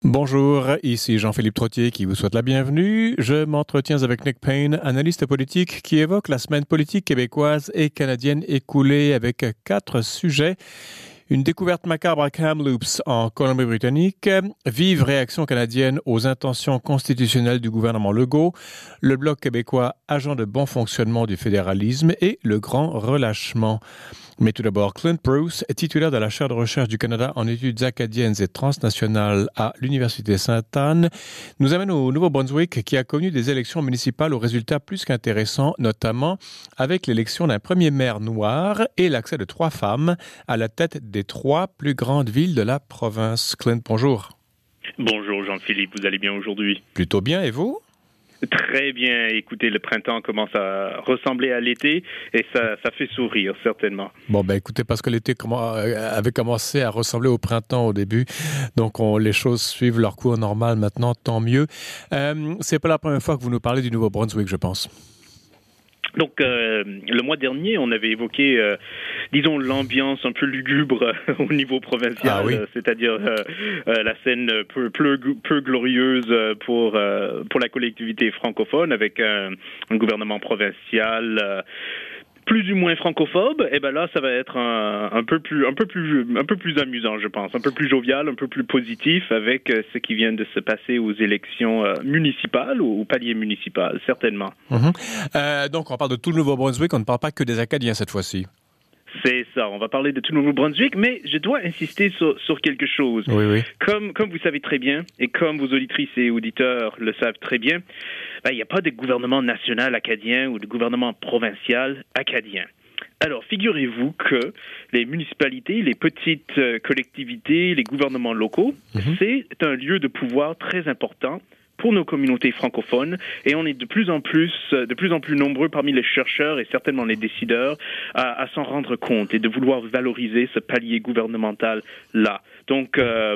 Bonjour, ici Jean-Philippe Trottier qui vous souhaite la bienvenue. Je m'entretiens avec Nick Payne, analyste politique qui évoque la semaine politique québécoise et canadienne écoulée avec 4 sujets. Une découverte macabre à Kamloops en Colombie-Britannique, vive réaction canadienne aux intentions constitutionnelles du gouvernement Legault, le Bloc québécois agent de bon fonctionnement du fédéralisme et le grand relâchement. Mais tout d'abord, Clint Bruce, titulaire de la chaire de recherche du Canada en études acadiennes et transnationales à l'Université Sainte-Anne, nous amène au Nouveau-Brunswick qui a connu des élections municipales aux résultats plus qu'intéressants, notamment avec l'élection d'un premier maire noir et l'accès de 3 femmes à la tête des 3 plus grandes villes de la province. Clint, bonjour. Bonjour Jean-Philippe, vous allez bien aujourd'hui? Plutôt bien, et vous? Très bien. Écoutez, le printemps commence à ressembler à l'été et ça fait sourire, certainement. Bon, ben écoutez, parce que l'été avait commencé à ressembler au printemps au début, donc les choses suivent leur cours normal maintenant, tant mieux. C'est pas la première fois que vous nous parlez du Nouveau-Brunswick, je pense. Donc, le mois dernier, on avait évoqué, disons, l'ambiance un peu lugubre au niveau provincial, c'est-à-dire la scène peu glorieuse pour la collectivité francophone avec un gouvernement provincial plus ou moins francophobe. Et ben là, ça va être un peu plus amusant, je pense, un peu plus jovial, un peu plus positif avec ce qui vient de se passer aux élections municipales ou au palier municipal, certainement. Donc, on parle de tout le Nouveau-Brunswick, on ne parle pas que des Acadiens cette fois-ci. C'est ça, on va parler de tout Nouveau-Brunswick, mais je dois insister sur quelque chose. Oui. Comme vous savez très bien, et comme vos auditrices et auditeurs le savent très bien, il n'y a pas de gouvernement national acadien ou de gouvernement provincial acadien. Alors, figurez-vous que les municipalités, les petites collectivités, les gouvernements locaux, c'est un lieu de pouvoir très important pour nos communautés francophones, et on est de plus en plus nombreux parmi les chercheurs et certainement les décideurs à s'en rendre compte et de vouloir valoriser ce palier gouvernemental-là. Donc,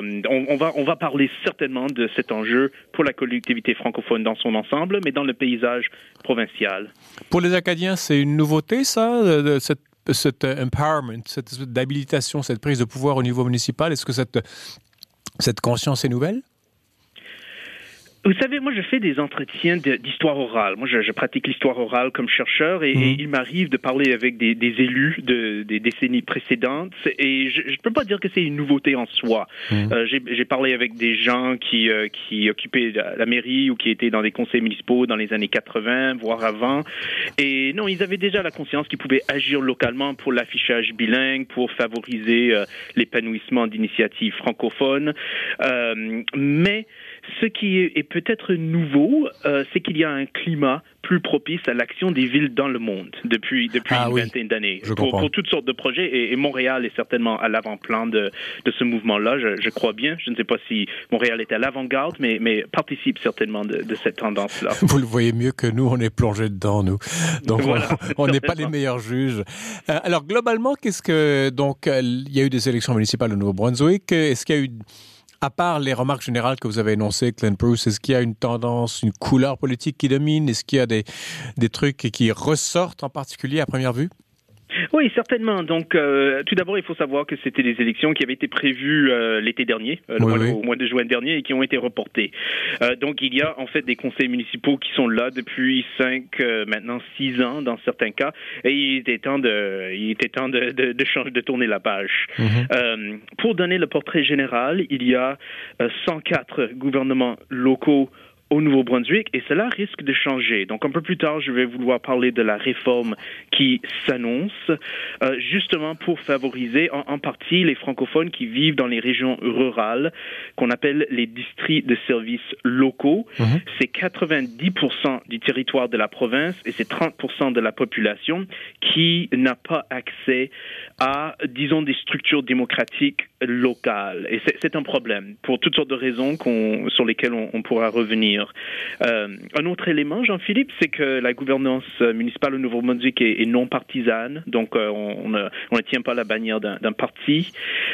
on va parler certainement de cet enjeu pour la collectivité francophone dans son ensemble, mais dans le paysage provincial. Pour les Acadiens, c'est une nouveauté, ça, cette empowerment, cette d'habilitation, cette prise de pouvoir au niveau municipal? Est-ce que cette conscience est nouvelle? Vous savez, moi, je fais des entretiens d'histoire orale. Moi, je pratique l'histoire orale comme chercheur et il m'arrive de parler avec des élus des décennies précédentes et je ne peux pas dire que c'est une nouveauté en soi. J'ai parlé avec des gens qui occupaient la mairie ou qui étaient dans des conseils municipaux dans les années 80, voire avant. Et non, ils avaient déjà la conscience qu'ils pouvaient agir localement pour l'affichage bilingue, pour favoriser l'épanouissement d'initiatives francophones. Mais ce qui est peut-être nouveau, c'est qu'il y a un climat plus propice à l'action des villes dans le monde depuis une vingtaine d'années. Pour toutes sortes de projets, et Montréal est certainement à l'avant-plan de ce mouvement-là, je crois bien. Je ne sais pas si Montréal est à l'avant-garde, mais participe certainement de cette tendance-là. Vous le voyez mieux que nous, on est plongé dedans, nous. Donc, voilà, on n'est pas les meilleurs juges. Alors, globalement, il y a eu des élections municipales au Nouveau-Brunswick. Est-ce qu'il y a eu... À part les remarques générales que vous avez énoncées, Clint Bruce, est-ce qu'il y a une tendance, une couleur politique qui domine? Est-ce qu'il y a des trucs qui ressortent en particulier à première vue? Oui, certainement. Donc, tout d'abord, il faut savoir que c'était des élections qui avaient été prévues l'été dernier, au mois de juin dernier, et qui ont été reportées. Donc, il y a en fait des conseils municipaux qui sont là depuis maintenant 6 ans dans certains cas, et il était temps de changer, de tourner la page. Pour donner le portrait général, il y a 104 gouvernements locaux au Nouveau-Brunswick, et cela risque de changer. Donc, un peu plus tard, je vais vouloir parler de la réforme qui s'annonce, justement pour favoriser en partie les francophones qui vivent dans les régions rurales, qu'on appelle les districts de services locaux. C'est 90% du territoire de la province et c'est 30% de la population qui n'a pas accès à, disons, des structures démocratiques locales. Et c'est un problème, pour toutes sortes de raisons sur lesquelles on pourra revenir. l'avenir. Un autre élément, Jean-Philippe, c'est que la gouvernance municipale au Nouveau-Brunswick est non partisane, donc on ne tient pas la bannière d'un parti.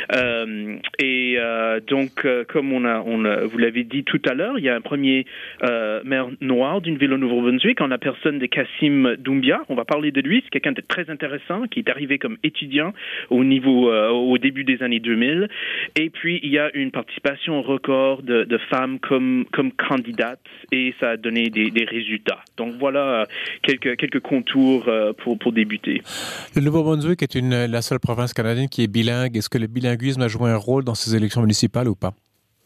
Donc, comme vous l'avez dit tout à l'heure, il y a un premier maire noir d'une ville au Nouveau-Brunswick, en la personne de Kassim Doumbia. On va parler de lui, c'est quelqu'un de très intéressant qui est arrivé comme étudiant au début des années 2000. Et puis, il y a une participation record de femmes comme candidates et ça a donné des résultats. Donc voilà quelques contours pour débuter. Le Nouveau-Brunswick est la seule province canadienne qui est bilingue. Est-ce que le bilinguisme a joué un rôle dans ces élections municipales ou pas?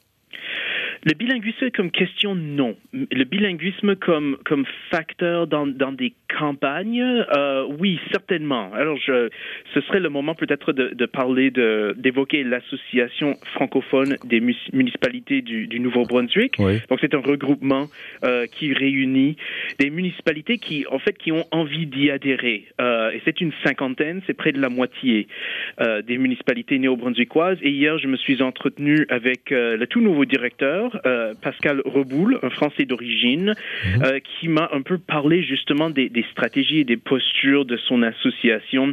Le bilinguisme comme question, non. Le bilinguisme comme facteur dans des campagnes, oui, certainement. Alors, ce serait le moment peut-être de parler d'évoquer l'association francophone des municipalités du Nouveau-Brunswick. Oui. Donc, c'est un regroupement qui réunit des municipalités qui ont envie d'y adhérer. Et c'est une cinquantaine, c'est près de la moitié des municipalités néo-brunswickoises. Et hier, je me suis entretenu avec le tout nouveau directeur, Pascal Reboul, un Français d'origine, qui m'a un peu parlé justement des stratégies et des postures de son association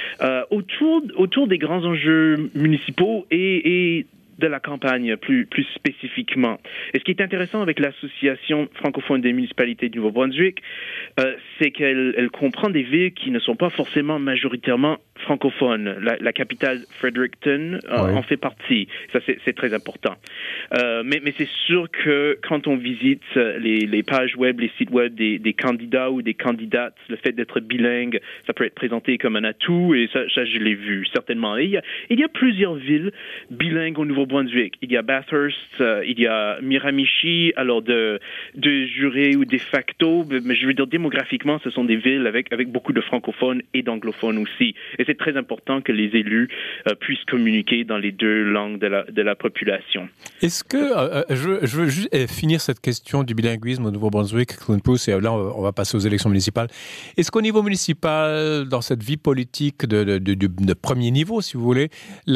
autour des grands enjeux municipaux et de la campagne plus spécifiquement. Et ce qui est intéressant avec l'Association francophone des municipalités du Nouveau-Brunswick, c'est qu'elle comprend des villes qui ne sont pas forcément majoritairement francophones. La capitale Fredericton en fait partie. Ça, c'est très important. Mais c'est sûr que quand on visite les pages web, les sites web des candidats ou des candidates, le fait d'être bilingue, ça peut être présenté comme un atout, et ça je l'ai vu, certainement. Et il y a plusieurs villes bilingues au Nouveau-Brunswick. Il y a Bathurst, il y a Miramichi, alors de juré ou de facto, mais je veux dire, démographiquement, ce sont des villes avec beaucoup de francophones et d'anglophones aussi. Et c'est très important que les élus puissent communiquer dans les deux langues de la population. Est-ce que, je veux juste finir cette question du bilinguisme au Nouveau-Brunswick, et là on va passer aux élections municipales. Est-ce qu'au niveau municipal, dans cette vie politique de premier niveau, si vous voulez,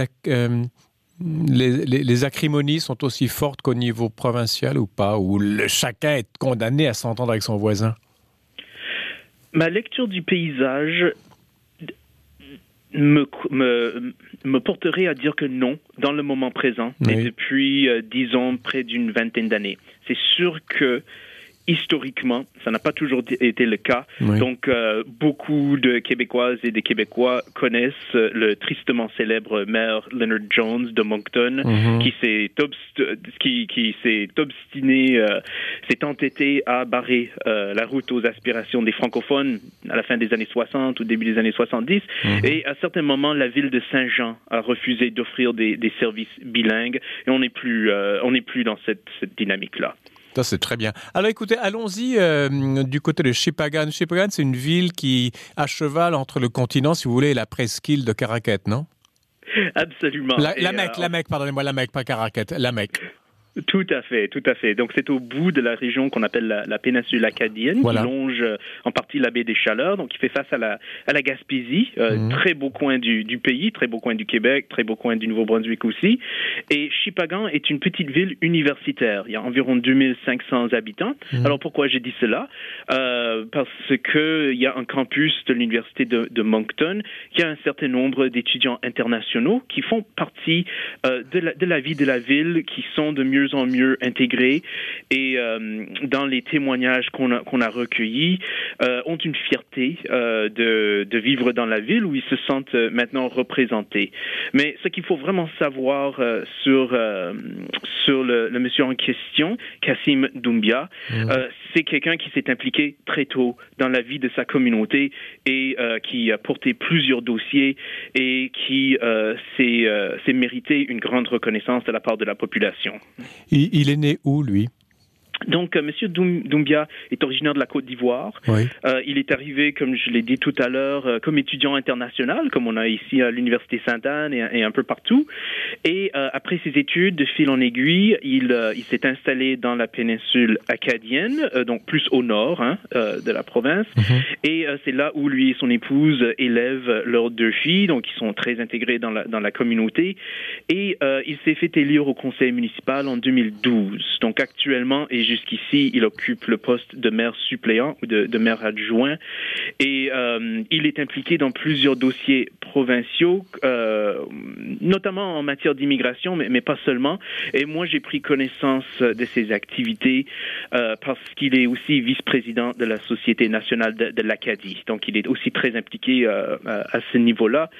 les acrimonies sont aussi fortes qu'au niveau provincial ou pas, où chacun est condamné à s'entendre avec son voisin? Ma lecture du paysage me porterait à dire que non, dans le moment présent, mais depuis, disons, près d'une vingtaine d'années. C'est sûr que historiquement, ça n'a pas toujours été le cas. Oui. Donc, beaucoup de Québécoises et de Québécois connaissent le tristement célèbre maire Leonard Jones de Moncton, qui s'est obstiné, s'est entêté à barrer la route aux aspirations des francophones à la fin des années 60 ou début des années 70. Et à certains moments, la ville de Saint-Jean a refusé d'offrir des services bilingues. Et on n'est plus dans cette dynamique-là. Ça, c'est très bien. Alors, écoutez, allons-y du côté de Shippagan. Shippagan, c'est une ville qui à cheval entre le continent, si vous voulez, et la presqu'île de Caraquet, non? Absolument. La Mecque, pardonnez-moi, la Mecque, pas Caraquet, la Mecque. Tout à fait. Donc, c'est au bout de la région qu'on appelle la péninsule acadienne, qui longe en partie la baie des Chaleurs, donc qui fait face à la Gaspésie, très beau coin du pays, très beau coin du Québec, très beau coin du Nouveau-Brunswick aussi. Et Shippagan est une petite ville universitaire. Il y a environ 2500 habitants. Alors, pourquoi j'ai dit cela? Parce que il y a un campus de l'université de Moncton qui a un certain nombre d'étudiants internationaux qui font partie de la vie de la ville, qui sont de mieux en mieux intégrés et dans les témoignages qu'on a recueillis ont une fierté de vivre dans la ville où ils se sentent maintenant représentés. Mais ce qu'il faut vraiment savoir sur le monsieur en question, Kassim Doumbia, c'est quelqu'un qui s'est impliqué très tôt dans la vie de sa communauté et qui a porté plusieurs dossiers et qui s'est mérité une grande reconnaissance de la part de la population. Il est né où, lui? Donc, M. Doumbia est originaire de la Côte d'Ivoire. Oui. Il est arrivé, comme je l'ai dit tout à l'heure, comme étudiant international, comme on a ici à l'Université Sainte-Anne et un peu partout. Et après ses études, de fil en aiguille, il s'est installé dans la péninsule acadienne, donc plus au nord de la province. Et c'est là où lui et son épouse élèvent leurs 2 filles, donc ils sont très intégrés dans la communauté. Et il s'est fait élire au conseil municipal en 2012. Donc actuellement, et je jusqu'ici, il occupe le poste de maire suppléant ou de maire adjoint. Et il est impliqué dans plusieurs dossiers provinciaux, notamment en matière d'immigration, mais pas seulement. Et moi, j'ai pris connaissance de ses activités parce qu'il est aussi vice-président de la Société nationale de l'Acadie. Donc, il est aussi très impliqué à ce niveau-là.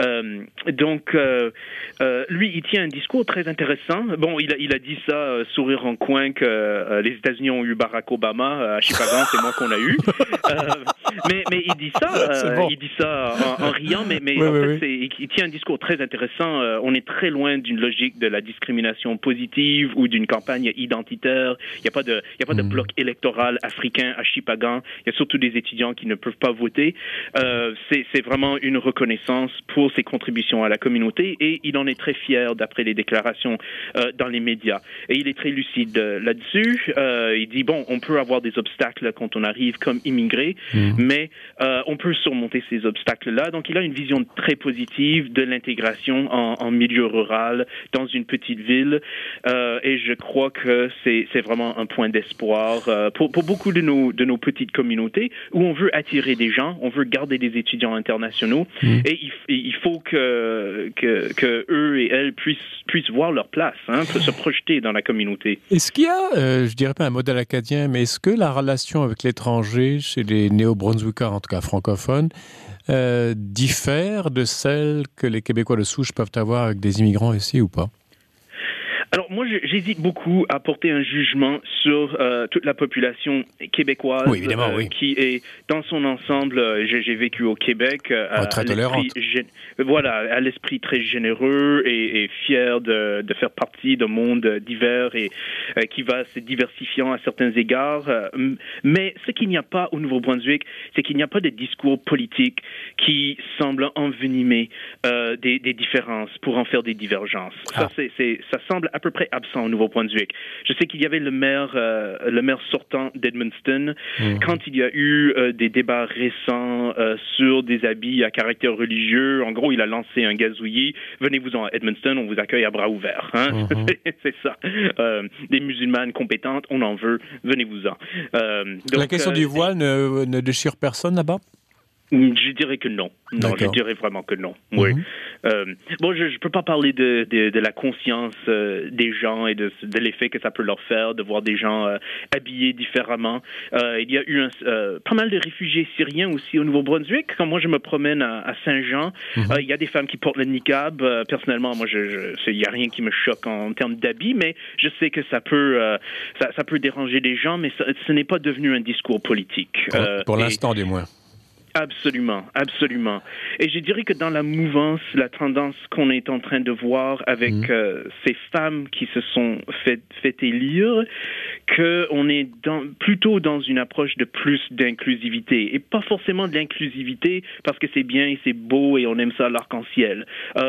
Lui, il tient un discours très intéressant. Bon, il a dit ça, sourire en coin, que les États-Unis ont eu Barack Obama. À Chicago, c'est moi qu'on a eu. Mais il dit ça, bon. Il dit ça en riant, mais en fait, il tient un discours très intéressant. On est très loin d'une logique de la discrimination positive ou d'une campagne identitaire. Il n'y a pas de bloc électoral africain à Chipagan. Il y a surtout des étudiants qui ne peuvent pas voter. C'est vraiment une reconnaissance pour ses contributions à la communauté et il en est très fier d'après les déclarations dans les médias. Et il est très lucide là-dessus. Il dit, bon, on peut avoir des obstacles quand on arrive comme immigré, mais on peut surmonter ces obstacles-là. Donc, il a une vision très positive de l'intégration en milieu rural, dans une petite ville. Et je crois que c'est vraiment un point d'espoir pour beaucoup de nos petites communautés où on veut attirer des gens, on veut garder des étudiants internationaux et il faut que eux et elles puissent voir leur place, se projeter dans la communauté. Est-ce qu'il y a, je dirais pas un modèle acadien, mais est-ce que la relation avec l'étranger chez les néo-brunswickers, en tout cas francophones, diffère de celle que les Québécois de souche peuvent avoir avec des immigrants ici ou pas? Alors moi, j'hésite beaucoup à porter un jugement sur toute la population québécoise, qui est dans son ensemble. J'ai vécu au Québec, à l'esprit très généreux et fier de faire partie d'un monde divers et qui va se diversifiant à certains égards. Mais ce qu'il n'y a pas au Nouveau-Brunswick, c'est qu'il n'y a pas de discours politique qui semble envenimer des différences pour en faire des divergences. Ça semble à peu près absent au Nouveau-Brunswick. Je sais qu'il y avait le maire sortant d'Edmundston, quand il y a eu des débats récents sur des habits à caractère religieux. En gros, il a lancé un gazouillis. Venez-vous-en à Edmundston, on vous accueille à bras ouverts. C'est ça. Des musulmanes compétentes, on en veut. Venez-vous-en. La question du voile ne déchire personne là-bas? Je dirais que non. Non, je dirais vraiment que non. Oui. Bon, je peux pas parler de la conscience des gens et de l'effet que ça peut leur faire de voir des gens habillés différemment. Il y a eu pas mal de réfugiés syriens aussi au Nouveau-Brunswick. Quand moi je me promène à Saint-Jean, il y a des femmes qui portent le niqab. Personnellement, moi, il y a rien qui me choque en termes d'habits, mais je sais que ça peut déranger les gens, mais ce n'est pas devenu un discours politique. Pour l'instant, du moins. Absolument, absolument. Et je dirais que dans la mouvance, la tendance qu'on est en train de voir avec ces femmes qui se sont fait élire, qu'on est plutôt dans une approche de plus d'inclusivité. Et pas forcément de l'inclusivité parce que c'est bien et c'est beau et on aime ça l'arc-en-ciel.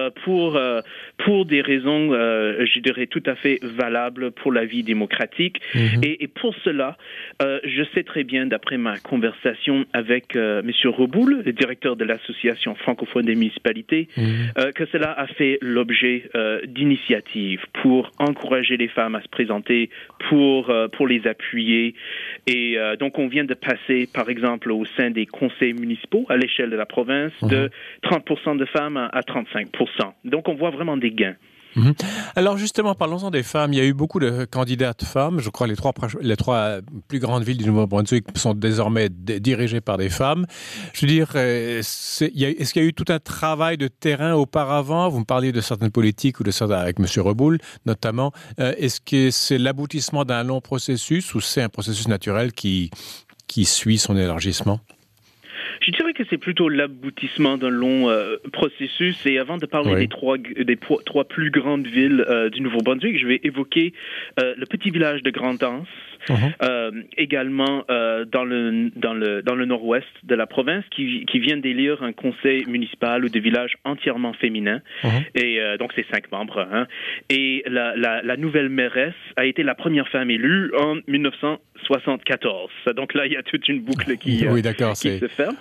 Pour des raisons, je dirais, tout à fait valables pour la vie démocratique. Et pour cela, je sais très bien, d'après ma conversation avec M. Reboul, le directeur de l'Association francophone des municipalités, que cela a fait l'objet d'initiatives pour encourager les femmes à se présenter, pour les appuyer. Et donc, on vient de passer, par exemple, au sein des conseils municipaux à l'échelle de la province, de 30% de femmes à 35%. Donc, on voit vraiment des gains. Alors justement, parlons-en des femmes. Il y a eu beaucoup de candidates femmes. Je crois que les trois plus grandes villes du Nouveau-Brunswick sont désormais dirigées par des femmes. Je veux dire, est-ce qu'il y a eu tout un travail de terrain auparavant? Vous me parliez de certaines politiques ou de certains avec M. Reboul notamment. Est-ce que c'est l'aboutissement d'un long processus ou c'est un processus naturel qui suit son élargissement? Je dirais que c'est plutôt l'aboutissement d'un long processus. Et avant de parler des trois plus grandes villes du Nouveau-Brunswick, je vais évoquer le petit village de Grande-Anse, également dans le nord-ouest de la province, qui vient d'élire un conseil municipal ou de village entièrement féminin. Et donc, c'est 5 membres. Et la nouvelle mairesse a été la première femme élue en 1974. Donc là, il y a toute une boucle qui se ferme.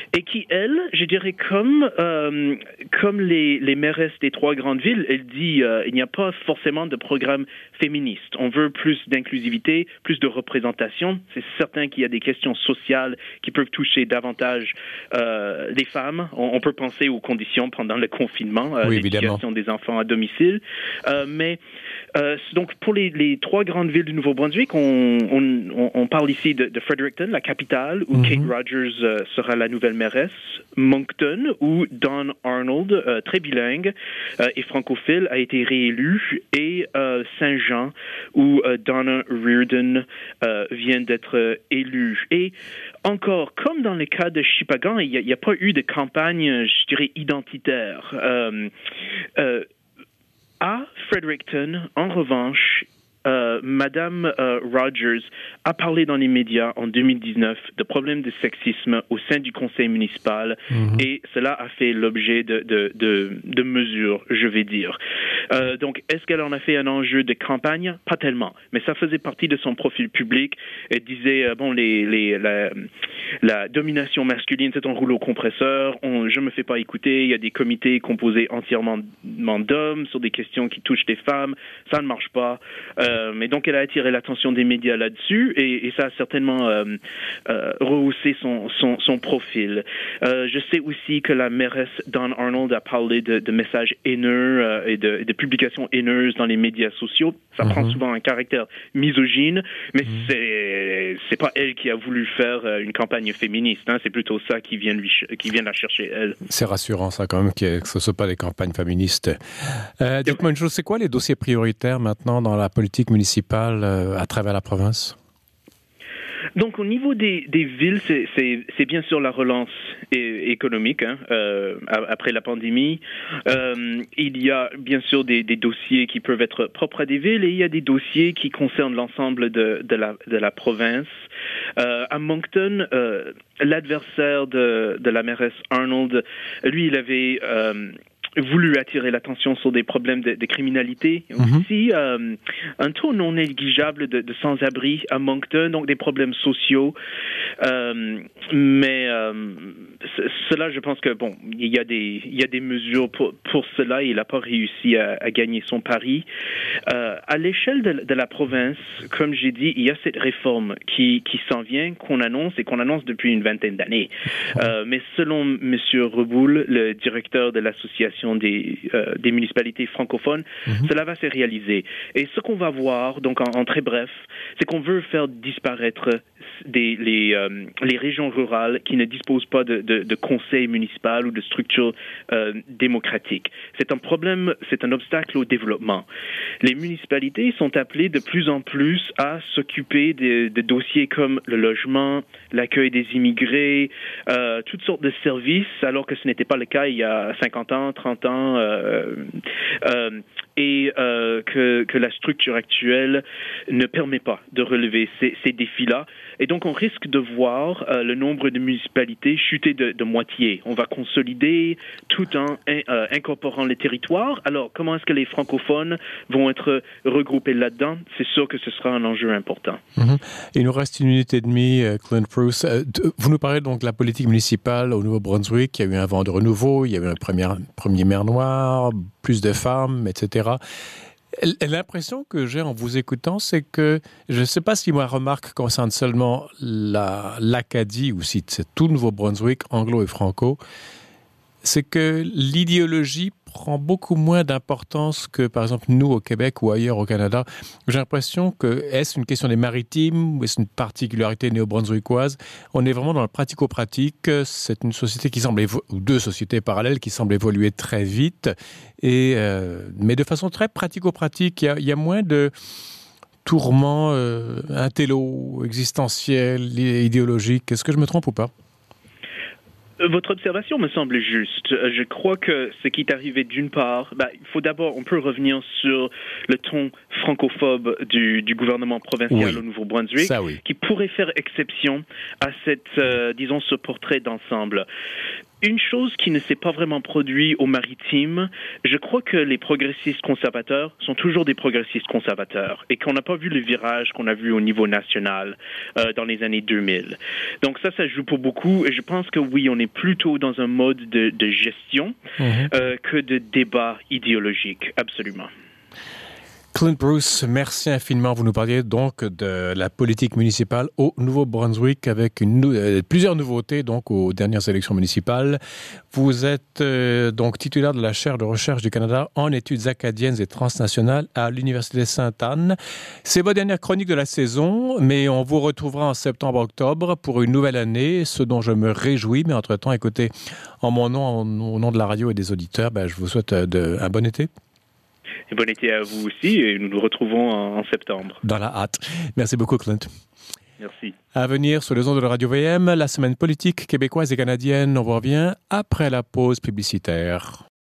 et qui, elle, je dirais comme les mairesses des 3 grandes villes, elle dit il n'y a pas forcément de programme féministe. On veut plus d'inclusivité, plus de représentation. C'est certain qu'il y a des questions sociales qui peuvent toucher davantage les femmes. On peut penser aux conditions pendant le confinement, l'éducation des enfants à domicile. Mais donc pour les 3 grandes villes du Nouveau-Brunswick, on parle ici de Fredericton, la capitale, où Kate Rogers sera la nouvelle mairesse, Moncton, où Don Arnold, très bilingue et francophile, a été réélu, et Saint-Jean, où Donna Reardon vient d'être élue. Et encore, comme dans le cas de Shippagan, il n'y a pas eu de campagne, je dirais, identitaire. À Fredericton, en revanche, Madame Rogers a parlé dans les médias en 2019 de problèmes de sexisme au sein du conseil municipal, et cela a fait l'objet de mesures, je vais dire. Donc, est-ce qu'elle en a fait un enjeu de campagne? Pas tellement, mais ça faisait partie de son profil public. Elle disait, la domination masculine, c'est un rouleau compresseur, je me fais pas écouter, il y a des comités composés entièrement d'hommes sur des questions qui touchent les femmes, ça ne marche pas. Mais donc, elle a attiré l'attention des médias là-dessus, et ça a certainement rehaussé son profil. Je sais aussi que la mairesse Dawn Arnold a parlé de messages haineux et de publications haineuses dans les médias sociaux. Ça prend souvent un caractère misogyne, mais c'est pas elle qui a voulu faire une campagne féministe. Hein. C'est plutôt ça qui vient la chercher, elle. C'est rassurant, ça, quand même, que ce ne soit pas des campagnes féministes. Dites-moi une chose, c'est quoi les dossiers prioritaires maintenant dans la politique municipale à travers la province? Donc, au niveau des villes, c'est bien sûr la relance économique, hein, après la pandémie. Il y a bien sûr des dossiers qui peuvent être propres à des villes, et il y a des dossiers qui concernent l'ensemble de la province. À Moncton, l'adversaire de la mairesse Arnold, lui, il avait voulu attirer l'attention sur des problèmes de criminalité. Aussi, un taux non négligeable de sans-abri à Moncton, donc des problèmes sociaux. Mais cela, je pense que, bon, il y a des mesures pour cela, et il n'a pas réussi à gagner son pari. À l'échelle de la province, comme j'ai dit, il y a cette réforme qui s'en vient, qu'on annonce depuis une vingtaine d'années. Mais selon M. Reboul, le directeur de l'association des municipalités francophones, cela va se réaliser. Et ce qu'on va voir, donc en très bref, c'est qu'on veut faire disparaître les régions rurales qui ne disposent pas de conseil municipal ou de structures démocratiques. C'est un problème, c'est un obstacle au développement. Les municipalités sont appelées de plus en plus à s'occuper de dossiers comme le logement, l'accueil des immigrés, toutes sortes de services, alors que ce n'était pas le cas il y a 50 ans, 30 ans, et que la structure actuelle ne permet pas de relever ces défis-là. Et donc, on risque de voir le nombre de municipalités chuter de moitié. On va consolider tout en incorporant les territoires. Alors, comment est-ce que les francophones vont être regroupés là-dedans? C'est sûr que ce sera un enjeu important. Il nous reste une minute et demie, Clint Preuss. Vous nous parlez donc de la politique municipale au Nouveau-Brunswick. Il y a eu un vent de renouveau, il y a eu un premier maire noir, plus de femmes, etc. L'impression que j'ai en vous écoutant, c'est que, je ne sais pas si ma remarque concerne seulement l'Acadie ou si c'est tout Nouveau-Brunswick, anglo et franco, c'est que l'idéologie prend beaucoup moins d'importance que, par exemple, nous au Québec ou ailleurs au Canada. J'ai l'impression que, est-ce une question des maritimes ou est-ce une particularité néo-brunswickoise? On est vraiment dans le pratico-pratique. C'est une société qui semble ou deux sociétés parallèles qui semblent évoluer très vite, mais de façon très pratico-pratique. Il y a moins de tourments intello, existentiels, idéologiques. Est-ce que je me trompe ou pas? Votre observation me semble juste. Je crois que ce qui est arrivé d'une part, il faut d'abord, on peut revenir sur le ton francophobe du gouvernement provincial au Nouveau-Brunswick, qui pourrait faire exception à ce portrait d'ensemble. Une chose qui ne s'est pas vraiment produite au maritime, je crois que les progressistes conservateurs sont toujours des progressistes conservateurs et qu'on n'a pas vu le virage qu'on a vu au niveau national dans les années 2000. Donc ça joue pour beaucoup et je pense que oui, on est plutôt dans un mode de gestion que de débat idéologique, absolument. Clint Bruce, merci infiniment. Vous nous parliez donc de la politique municipale au Nouveau-Brunswick avec plusieurs nouveautés donc aux dernières élections municipales. Vous êtes donc titulaire de la chaire de recherche du Canada en études acadiennes et transnationales à l'Université Sainte-Anne. C'est votre dernière chronique de la saison, mais on vous retrouvera en septembre-octobre pour une nouvelle année, ce dont je me réjouis. Mais entre-temps, écoutez, en mon nom, au nom de la radio et des auditeurs, je vous souhaite un bon été. Et bon été à vous aussi et nous nous retrouvons en septembre. Dans la hâte. Merci beaucoup, Clint. Merci. À venir sur les ondes de la Radio VM, la semaine politique québécoise et canadienne. On vous revient après la pause publicitaire.